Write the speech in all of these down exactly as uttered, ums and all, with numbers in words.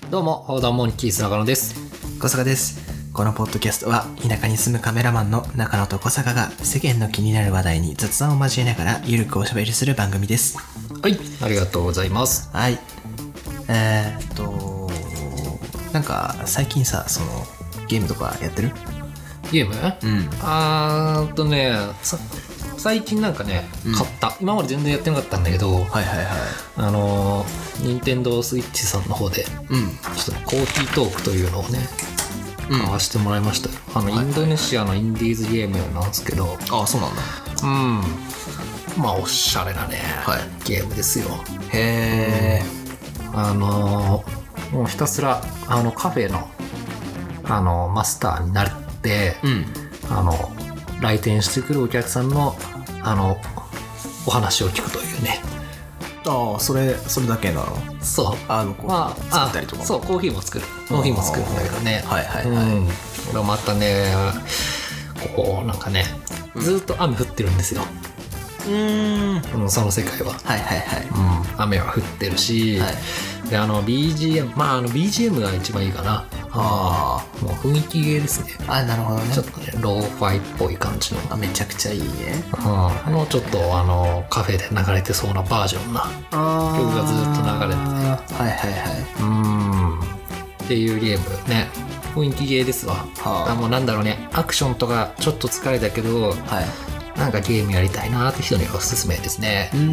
どうも、ホーダーモンキース中野です。 小坂です。このポッドキャストは田舎に住むカメラマンの中野と小坂が世間の気になる話題に雑談を交えながらゆるくおしゃべりする番組です。 はい、ありがとうございます。 はい。えー、っと、なんか最近さ、そのゲームとかやってる？ ゲーム？ うん。 あーっとね、さ最近なんかね、うん、買った。今まで全然やってなかったんだけど、はいはいはい。 あのー、任天堂スイッチさんの方で、うん、ちょっとコーヒートークというのをね、買わせてもらいましたよ。あの、はいはい、インドネシアのインディーズゲームなんですけど、 ああ、そうなんだ。 うん。まあ、おしゃれなね、はい、ゲームですよ。 へえ。 あのー、もうひたすら、あの、カフェの、あの、マスターになって、うん、あの、来店してくるお客さんの、あの、お話を聞くというね。 ああ、それ、それだけなの？ そう。 あの、まあ、作ったりとかも。 そう、コーヒーも作る。コーヒーも作るんだけどね。 はいはいはい。 うん。またね、こう、なんかね、ずっと雨降ってるんですよ。うーん。その世界は。 はいはいはい。 うん。雨は降ってるし、はい、で、あの、ビージーエム、まあ、あの、ビージーエム が一番いいかな。ああ、もう雰囲気ゲーですね。 あ、なるほどね。 ちょっとね、ローファイっぽい感じの。 あ、めちゃくちゃいいね。 うん。あの、ちょっと、あの、カフェで流れてそうなバージョンな曲がずっと流れてて。 はいはいはい。うん。っていうゲームね。雰囲気ゲーですわ。はあ、もうなんだろうね、アクションとかちょっと疲れたけど、はい、なんかゲームやりたいなーって人にはおすすめですね。うーん。うん、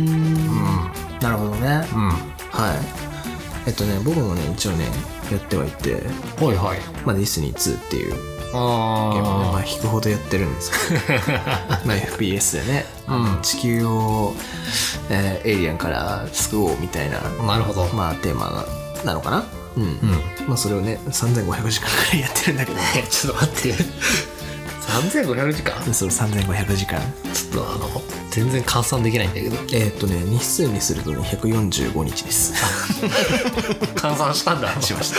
なるほどね。うん。はい。えっとね、僕もね、一応ね、やってはいて、 はいはい。 まあ、ディスニーツーっていうゲームをね、まあ、引くほどやってるんですけど、まあ、エフピーエス でね、うん、地球を、えー、エイリアンから救おうみたいな、 なるほど。 まあ、テーマなのかな。うん。うん、まあ、それをね、さんぜんごひゃくじかんくらいやってるんだけど、ね、 ちょっと待って。さんぜんごひゃくじかん？ そう、さんぜんごひゃくじかん。 ちょっとあの、全然換算できないんだけど。 えー、っとね、日数にするとね、ひゃくよんじゅうごにちです。 換算したんだ。 しました。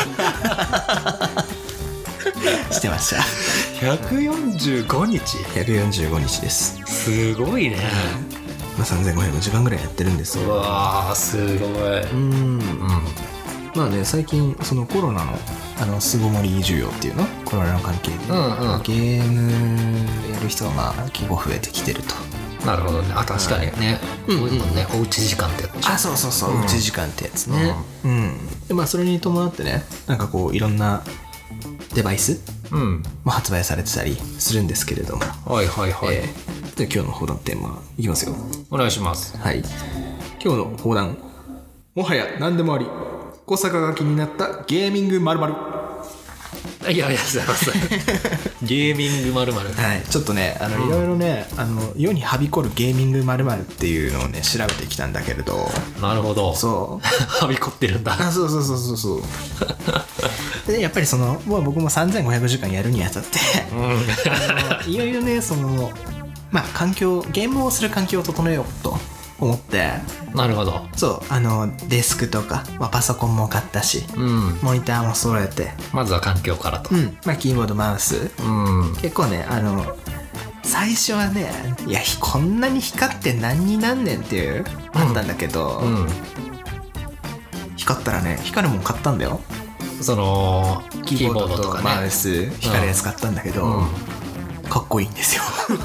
してました。 ひゃくよんじゅうごにち？ ひゃくよんじゅうごにちです。 すごいね。 まあ、さんぜんごひゃくじかんぐらいやってるんですよ。 うわー、すごい。うん。うん。 まあね、最近そのコロナのあの巣ごもり需要っていうの、コロナの関係で、うんうん、ゲームやる人がまあ結構増えてきてると。 なるほどね。あ、確かにね。うん、うん、ね、おうち時間ってやつ。 あ、そうそうそう、うん、おうち時間ってやつね。うん。うん、でまあそれに伴ってね、なんかこういろんなデバイス、うん、まあ発売されてたりするんですけれども。 はいはいはい。 えー、で今日の放談テーマいきますよ。 お願いします。 はい。今日の放談、もはや何でもあり。小坂が気になったゲーミング〇〇。 いやいや、すいません。ゲーミング〇〇。 はい。ちょっとね、あの、うん、いろいろね、あの、世にはびこるゲーミング〇〇っていうのをね、調べてきたんだけれど。 なるほど。 そう。 はびこってるんだ。 あ、そうそうそうそうそう。で、やっぱりその、もう僕もさんぜんごひゃくじかんやるにあたって、うん、あのいろいろね、その、まあ、環境、ゲームをする環境を整えようと。思って。 なるほど。 そうあのデスクとか、まあ、パソコンも買ったし、うん、モニターも揃えて、 まずは環境からと、 うんまあ、キーボードマウス、うん、結構ねあの最初はねいやこんなに光って何になんねんっていうあったんだけど、うんうん、光ったらね光るもん買ったんだよ。 そのキーボードとか、ね、マウス光るやつ買ったんだけど、うん、かっこいいんですよ。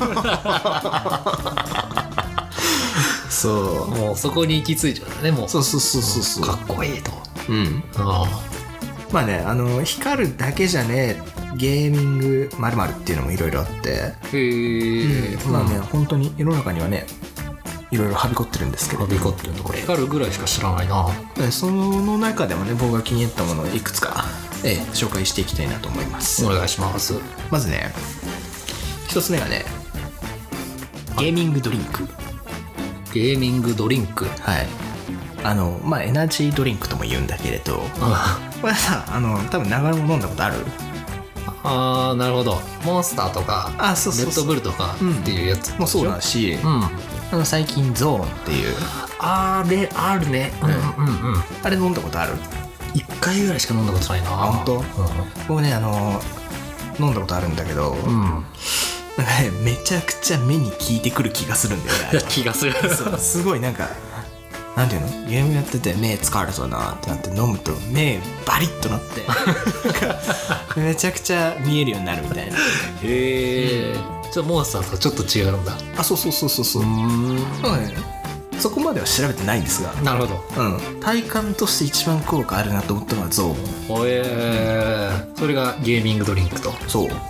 そうもうそこに行き着いちゃうね。もうそうそうそうそうそうかっこいいと。 うんあまあねあの光るだけじゃねゲーミング〇〇っていうのもいろいろあって、へえ、うん、まあね、うん、本当に世の中にはねいろいろはびこってるんですけど、 はびこってるところ光るぐらいしか知らないな。 その中でもね僕が気に入ったものをいくつか、ええ、紹介していきたいなと思います。 お願いします。 まずね一つ目がねゲーミングドリンク。 ゲーミングドリンク、 はいあのまあエナジードリンクとも言うんだけれど、これさあの多分長野も飲んだことある？ あーなるほど。モンスターとかあそうそうそうレッドブルとかっていうやつ、 うん、もうそうだし、うん、あの最近ゾーンっていうあれあるね、うんうんうん、 あれ飲んだことある？ いっかいぐらいしか飲んだことないな。 本当？うん、僕ねあの飲んだことあるんだけど、うんなんかね、めちゃくちゃ目に効いてくる気がするんだよね。 気がする。 そうすごいなんかなんていうの、ゲームやってて目疲れそうなってなって飲むと目バリッとなってめちゃくちゃ見えるようになるみたいな。へえ、うん、じゃあモンスターとはちょっと違うんだ。 あ、そうそうそうそうそう。うーん、そうね、そこまでは調べてないんですが。なるほど。うん。体感として一番効果あるなと思ったのはゾーン。 えー、それがゲーミングドリンクと。 そう。はい。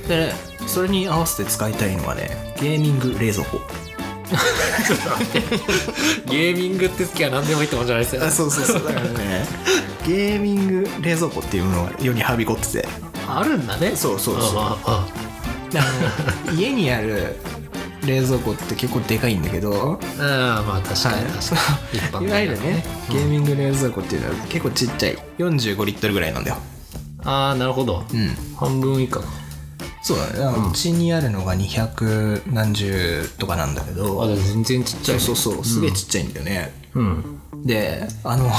で、それに合わせて使いたいのはね、ゲーミング冷蔵庫。 ゲーミングって好きは何でもいいってもんじゃないですよね。 あ、そうそうそう。だからね、ゲーミング冷蔵庫っていうものが世にはびこってて。 あるんだね。 そうそうそう。あああの家にある冷蔵庫って結構でかいんだけど、 ああ、まあ確かに確かに、いわゆるね、ゲーミング冷蔵庫っていうのは結構ちっちゃいよんじゅうごリットルぐらいなんだよ。 ああ、なるほど。うん、半分以下か。 そうだね。うちにあるのがにひゃくなんじゅうとかなんだけど、 あ、全然ちっちゃい、ね、 そうそうそう、すげえちっちゃいんだよね。うん、で、あの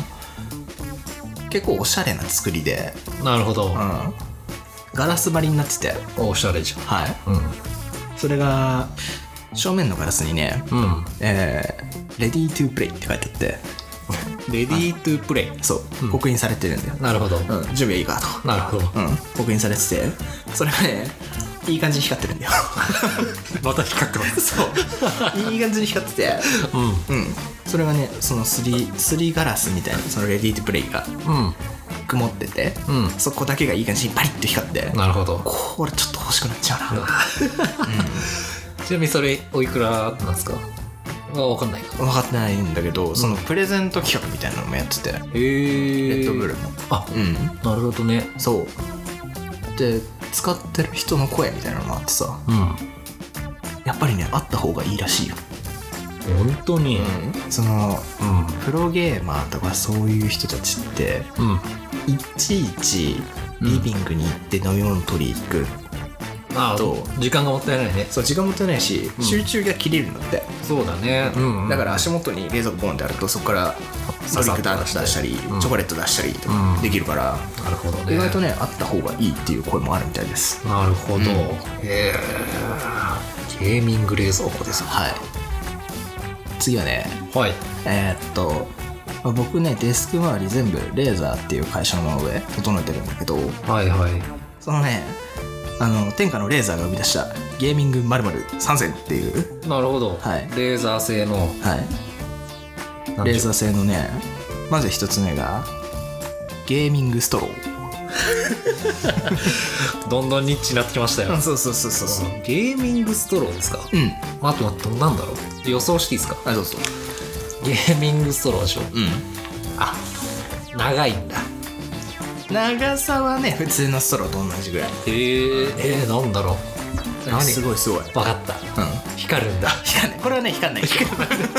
結構おしゃれな作りで。 なるほど。うん、 ガラス張りになってて。 おしゃれじゃん。 はい。うん。それが正面のガラスにね、うん、えー、レディートゥープレイって書いてあって、 レディートゥープレイ、 そう、うん、刻印されてるんだよ。 なるほど。 うん、準備はいいかと。 なるほど。 うん、刻印されてて、それがね、いい感じに光ってるんだよ。 また光ってます。 そう、いい感じに光ってて、うん、うん、それがね、そのすりすりガラスみたいな、そのレディートゥープレイが、うん、曇ってて、うん、そこだけがいい感じにパリッと光って。 なるほど。 これちょっと欲しくなっちゃうな。うん、 ちなみにそれおいくらなんですか？分かんないか。 分かってないんだけど、そのプレゼント企画みたいなのもやってて、へえ、 レッドブルも。 あ、うん、なるほどね。 そうで、使ってる人の声みたいなのもあってさ、うん、やっぱりね、あった方がいいらしいよ。 本当に、うん、 その、うん、プロゲーマーとかそういう人たちって、うん、いちいちリビングに行って飲み物取り行く、 あと時間がもったいないね。 そう、時間もったいないし、うん、集中が切れるんだって。 そうだね、うんうん、 だから足元に冷蔵庫ボンってあると、そこからドリンク出したり、うん、チョコレート出したりとかできるから、 うん、なるほどね、 意外とね、あった方がいいっていう声もあるみたいです。 なるほど、うん、へえ、ゲーミング冷蔵庫です。 はい。次はね、 はい、 えー、っと僕ね、デスク周り全部レーザーっていう会社のもので整えてるんだけど、はいはい、そのね、あの天下のレーザーが生み出したゲーミング〇〇さんせんっていう。 なるほど、はい、レーザー製の、はい、 レーザー製のね、まず一つ目がゲーミングストロー。 どんどんニッチになってきましたよ。 そうそうそうそうそう。 ゲーミングストローですか？うん。あと待って、なんだろう、予想していいですか？ あ、そうそう。 ゲーミングストローでしょ。うん。あ、長いんだ。 長さはね、普通のストローと同じぐらい。 へー、えー、なんだろう。 何？すごいすごい。 分かった。うん。光るんだ。 光るね。これはね、光んない。光る。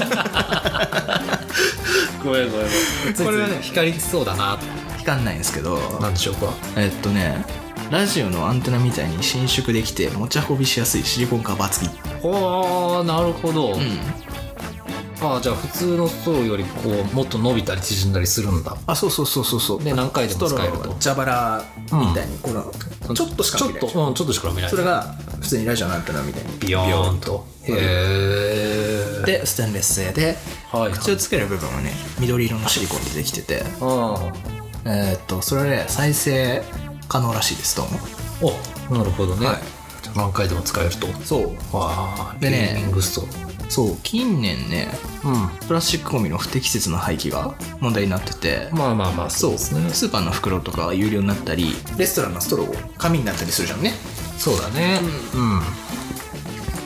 ごめんごめん。これはね、光りそうだな。 光んないんですけど。 なんでしょうか。 えっとね、ラジオのアンテナみたいに伸縮できて持ち運びしやすいシリコンカバー付き。 ほー、なるほど。うん。ああ、じゃあ普通のストローよりこうもっと伸びたり縮んだりするんだ。 あ、そうそうそうそうそう。 で、何回でも使えると。 蛇腹みたいに、この、うん、ちょっとしか伸びない。 ちょっと、うん、ちょっとしか伸びない。 それが普通にラジオのアンテナみたいにビヨーンと。へー。 で、ステンレス製で、はいはい、口をつける部分はね、緑色のシリコンでできてて、あえー、っとそれで再生可能らしいです。どうも。 お、なるほどね。はい、じゃあ何回でも使えると。 そう。 わー、でね、ゲーミングストロー。 そう、近年ね、うん、プラスチックゴミの不適切な廃棄が問題になってて、 まあまあまあ、そうですね。 スーパーの袋とかが有料になったり、レストランのストロー紙になったりするじゃんね。 そうだね。うん。うん、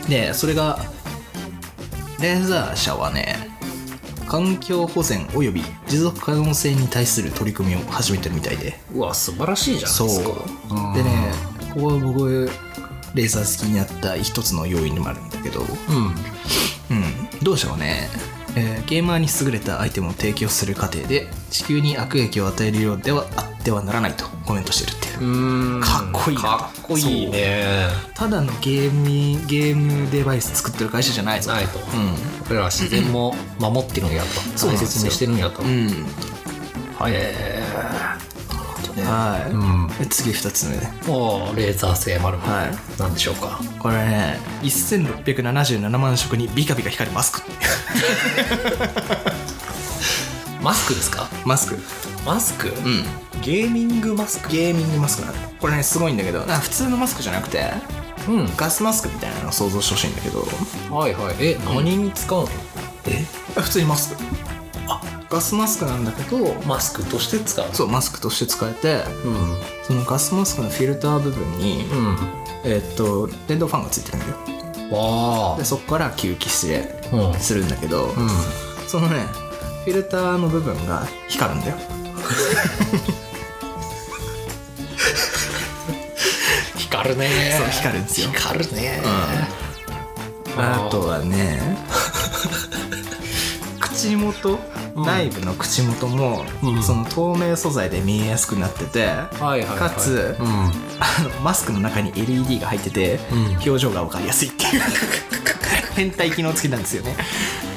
で、それがレーザー社はね、環境保全および持続可能性に対する取り組みを始めてるみたいで。 うわ、素晴らしいじゃないですか。 そう。でね、ここは僕レーザー好きになった一つの要因でもあるんだけど、うん、うん、同社はね、えー、ゲーマーに優れたアイテムを提供する過程で地球に悪影響を与えるようではあってはならないとコメントしてるっていう。うーん、かっこいいなと。 かっこいいね。 ただのゲームゲームデバイス作ってる会社じゃないぞないと、うん、俺らは自然も守ってるんやと、大切にしてるんやと。うん、はい、えどね。 はい、うん、で次ふたつめおレーザー製丸々、はい、なんでしょうか。 これねせんろっぴゃくななじゅうななまん色にビカビカ光るマスクマスクですか。 マスクマスク、 うん、 ゲーミングマスク。 ゲーミングマスクなんだ。これねすごいんだけど、普通のマスクじゃなくて、うん、ガスマスクみたいなのを想像してほしいんだけど。 はいはい。え、うん、何に使うの。 え普通にマスク。あガスマスクなんだけどマスクとして使う。 そうマスクとして使えて、うん、そのガスマスクのフィルター部分に、うん、えー、っと電動ファンがついてるんだよ。わでそこから吸気する、うん、するんだけど、うん、そのねフィルターの部分が光るんだよ光るね。 そう光るんですよ。 光るね、 うん、あとはね口元、うん、内部の口元も、うん、その透明素材で見えやすくなってて、はいはいはい、かつ、うん、あのマスクの中に エルイーディー が入ってて、うん、表情が分かりやすいっていう変態機能付きなんですよね。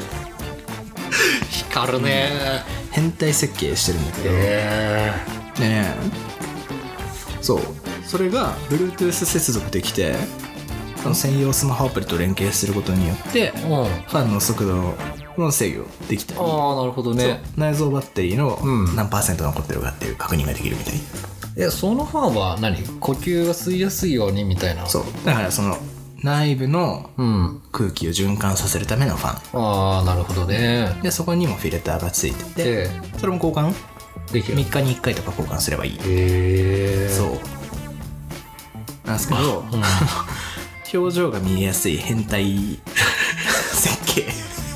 光るね、 うん、変態設計してるんだけど、えー、でねそうそれが Bluetooth 接続できてその専用スマホアプリと連携することによって、うん、ファンの速度の制御できたり、 ああなるほどね。 内蔵バッテリーの何パーセント残ってるかっていう確認ができるみたい。 えそのファンは何呼吸が吸いやすいようにみたいな。 そうだからその内部の空気を循環させるためのファン、 うん、ああなるほどね。 でそこにもフィルターがついてて、それも交換できる。みっかにいっかいとか交換すればいい。へえ。そうなんですけど、うん、表情が見えやすい変態設計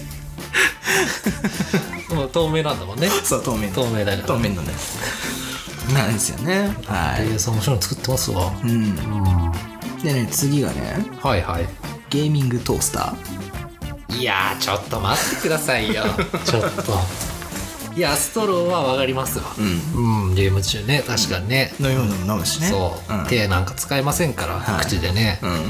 もう透明なんだもんね。 そう透明透明だから透明なんだよなんですよね。はい。 えー、そう面白いの作ってますわ。うん、うん、 でね次がねはいはいゲーミングトースター。いやーちょっと待ってくださいよちょっといやストローは分かりますわ、うんうん、ゲーム中ね確かにね、 うん、飲み物飲むしね。 そう、うん、手なんか使えませんから、はい、口でね、うんうん、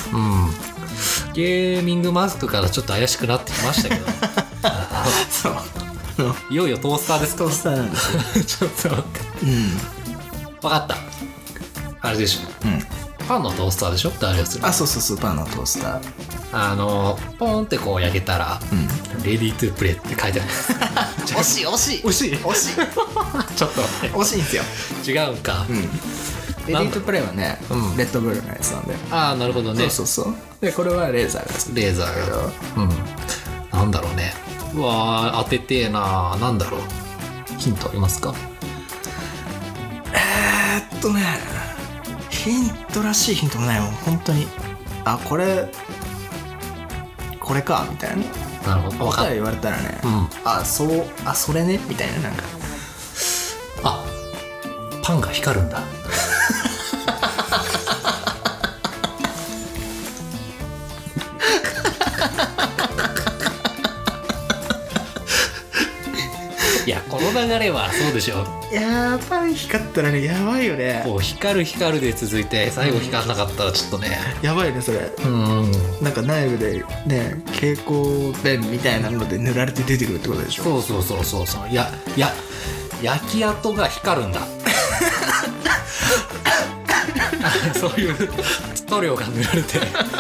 ゲーミングマスクからちょっと怪しくなってきましたけどそういよいよトースターですか。 トースターなんですよちょっと待って、うん、分かった。あれでしょ、うん、パンのトースターでしょ誰をする。 あそうそうそうパンのトースター。 あのポンってこう焼けたら、うん、レディートゥープレイって書いてある惜しい惜しい惜しい惜しいちょっと惜しいんですよ。 違うんか、うん、 レディートゥープレイはね、うん、レッドブルのやつなんで。 ああなるほどね。 そうそうそうでこれはレーザーがつくレーザーがうんなんだろうね。うわー当ててえな。なんだろうヒントありますか。 えー、っとねヒントらしいヒントもないもん本当に。あこれこれかみたいな。 なるほど。 答え言われたらね、うん、あそうあそれねみたいななんかあパンが光るんだいやこの流れはそうでしょ。 やばい光ったらねやばいよね。 こう光る光るで続いて最後光らなかったらちょっとね、 うん、やばいねそれ。うんなんか内部でね蛍光ペンみたいなので塗られて出てくるってことでしょ。 そうそうそうそうそう。いやいや焼き跡が光るんだそういう塗料が塗られて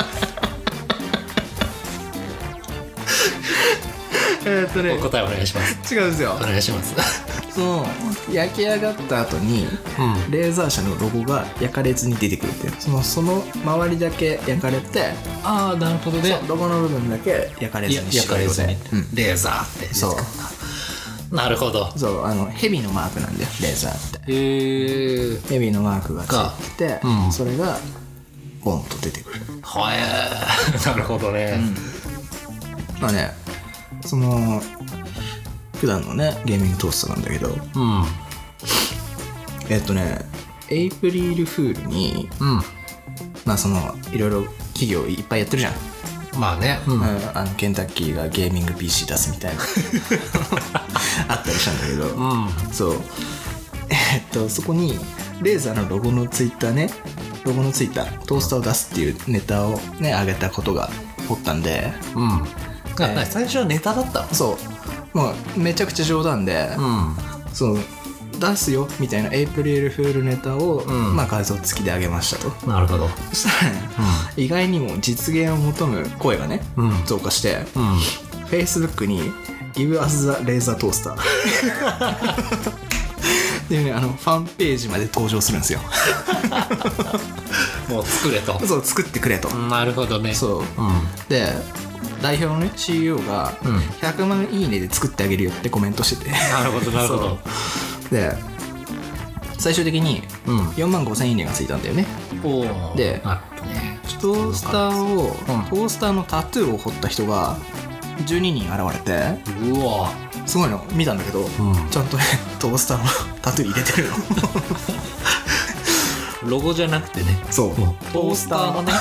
えっとね答えお願いします。 違うんですよ。 お願いしますその焼き上がった後に、うん、レーザー車のロゴが焼かれずに出てくるっていう。そのその周りだけ焼かれてああなるほどね。 ロゴの部分だけ焼かれずに焼かれずに、うん、レーザーってそうなるほど。 そうあのヘビのマークなんだよレーザーって。 へえヘビのマークがついてて、うん、それがボンと出てくる。 はえなるほどね、 うん、まあねその普段のねゲーミングトースターなんだけど、うん、えっとねエイプリルフールに、うん、まあそのいろいろ企業いっぱいやってるじゃん。 まあね、うん、 あのケンタッキーがゲーミング ピーシー 出すみたいなあったりしたんだけど、うん、そうえっとそこにレーザーのロゴのついたねロゴのついたトースターを出すっていうネタをね上げたことが起こったんで、うんえー、最初はネタだったの。 そう、まあ、めちゃくちゃ冗談で、うん、そう出すよみたいなエイプリルフールネタを、うん、まあ画像付きであげましたと。 なるほど。 そしたらね、うん、意外にも実現を求む声がね、うん、増加して、うん、Facebook に Give us the laser toaster っていうね、あのファンページまで登場するんですよ。 もう作れと。 そう、作ってくれと。 なるほどね。 そう、うん、で代表のね シーイーオー がひゃくまんいいねで作ってあげるよってコメントしてて、 なるほどなるほど。 で最終的によんまんごせんいいねがついたんだよね。 おで、 なるほどね、 トースターを、うん、トースターのタトゥーを彫った人がじゅうににん現れて、 うわすごいの見たんだけど、うん、ちゃんとねトースターのタトゥー入れてるの。 ロゴじゃなくてね、 そうトースターのね。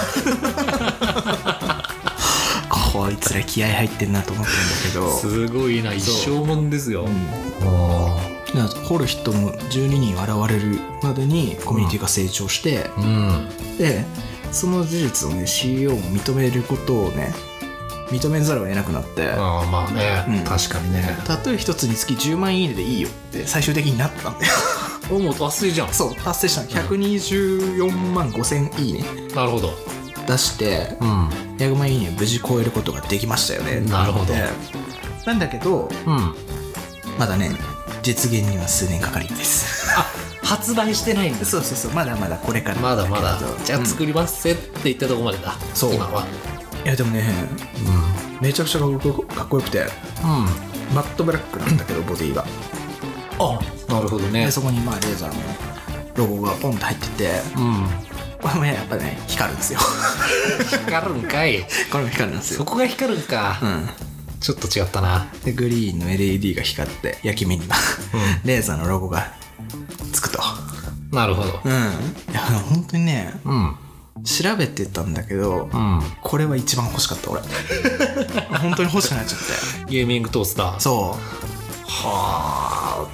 こいつら気合入ってんなと思ってるんだけど、 すごいな、一生もんですよ。うん、 掘る人もじゅうににん現れるまでにコミュニティが成長して、うん、でその事実をね シーイーオー も認めることをね認めざるを得なくなって、 ああまあね、うん、確かにね、 タトゥー一つにつきじゅうまんいいねでいいよって最終的になったんだよ。 お、もう達成じゃん。 そう、達成したの。ひゃくにじゅうよんまんごせんいいね、 なるほど、 出して、うん、ひゃくまんいいねを無事超えることができましたよね。 なるほど。 なんだけど、うん、まだね実現には数年かかりです。 あ、発売してないんだ。 そうそうそう、まだまだこれから。 まだまだ。じゃあ作りますって言ったとこまでだ。 そう。 今は。 いやでもね、うん、めちゃくちゃかっこよく、かっこよくて、うん、マットブラックなんだけどボディが。 あ、なるほどね。 でそこにまあレーザーのロゴがポンと入ってて、うん、これもねやっぱね光るんですよ。 光るんかい。 これも光るんですよ。 そこが光るんか。うん。ちょっと違ったな。 でグリーンの エルイーディー が光って焼き目には、うん、レーザーのロゴがつくと。 なるほど。 うん。いや本当にね、うん、調べてたんだけど、うん、これは一番欲しかった俺。本当に欲しくなっちゃって。 ゲーミングトースター。 そう。 はあ。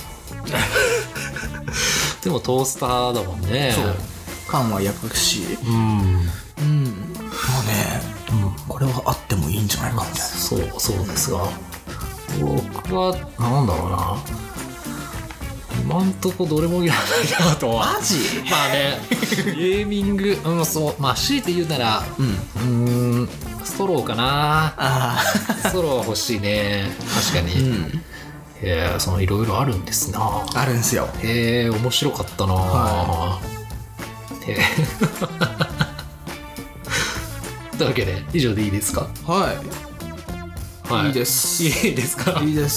でもトースターだもんね。 そう。缶は焼くし。うん。うん。もうね、うん、これはあってもいいんじゃないかみたいな。 そうそうですが、僕はなんだろうな。今んとこどれもいらないなとは。 マジ？ まあね、ゲーミング、うん、そう、まあ強いて言うなら、うん、うーん、ストローかな。あストローは欲しいね。確かに。うん、へえ、そのいろいろあるんですな。 あるんですよ。 へえ、面白かったな。はい、へえ。というわけで以上でいいですか？ はい。はい、いいです。 いいですか？ いいです。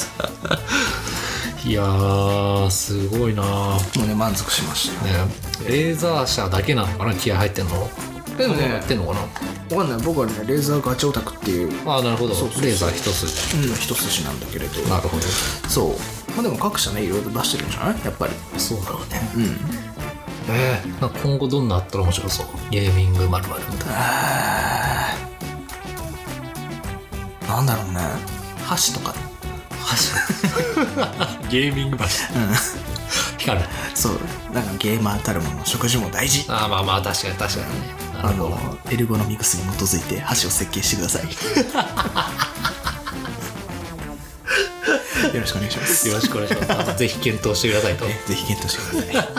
いやーすごいな。もうね満足しましたね。レーザー車だけなのかな、気合入ってんの。 でもね、 やってんのかな。 わかんない。僕はねレーザーガチオタクっていう。 ああなるほど。そうそうそう、レーザー一筋。 うん、一筋なんだけれど。 なるほど。 そう。まあでも各社ねいろいろ出してるんじゃない？やっぱり。 そうだろうね。うん。えー、なんか今後どんなあったら面白そう。ゲーミングまるまるみたいな。 なんだろうね。箸とか。箸。 ゲーミング箸。うん。光る。 そう。だからゲーマーたるもの食事も大事。 ああまあまあ確かに確かにね。 あのエルゴノミクスに基づいて箸を設計してください。よろしくお願いします。 よろしくお願いします。ぜひ検討してくださいと。 ぜひ検討してください。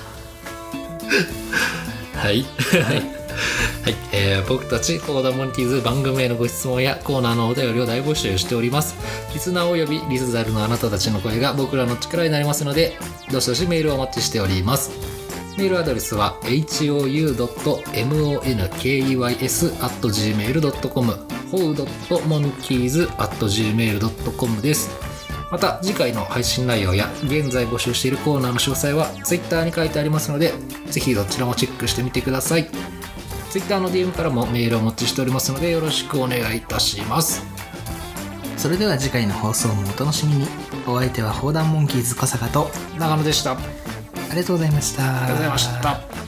はい。はい、えー、僕たちコーダモンキーズ番組へのご質問やコーナーのお便りを大募集しております。リスナーおよびリスザルのあなたたちの声が僕らの力になりますので、どしどしメールをお待ちしております。メールアドレスは エイチオーユードットモンキーズ アットジーメールドットコム ホウドットモンキーズ アットジーメールドットコム です。また次回の配信内容や現在募集しているコーナーの詳細は Twitter に書いてありますので、ぜひどちらもチェックしてみてください。Twitter の ディーエム からもメールをお待ちしておりますのでよろしくお願いいたします。 それでは次回の放送もお楽しみに。お相手は砲弾モンキーズ小坂と長野でした。ありがとうございました。 ありがとうございました。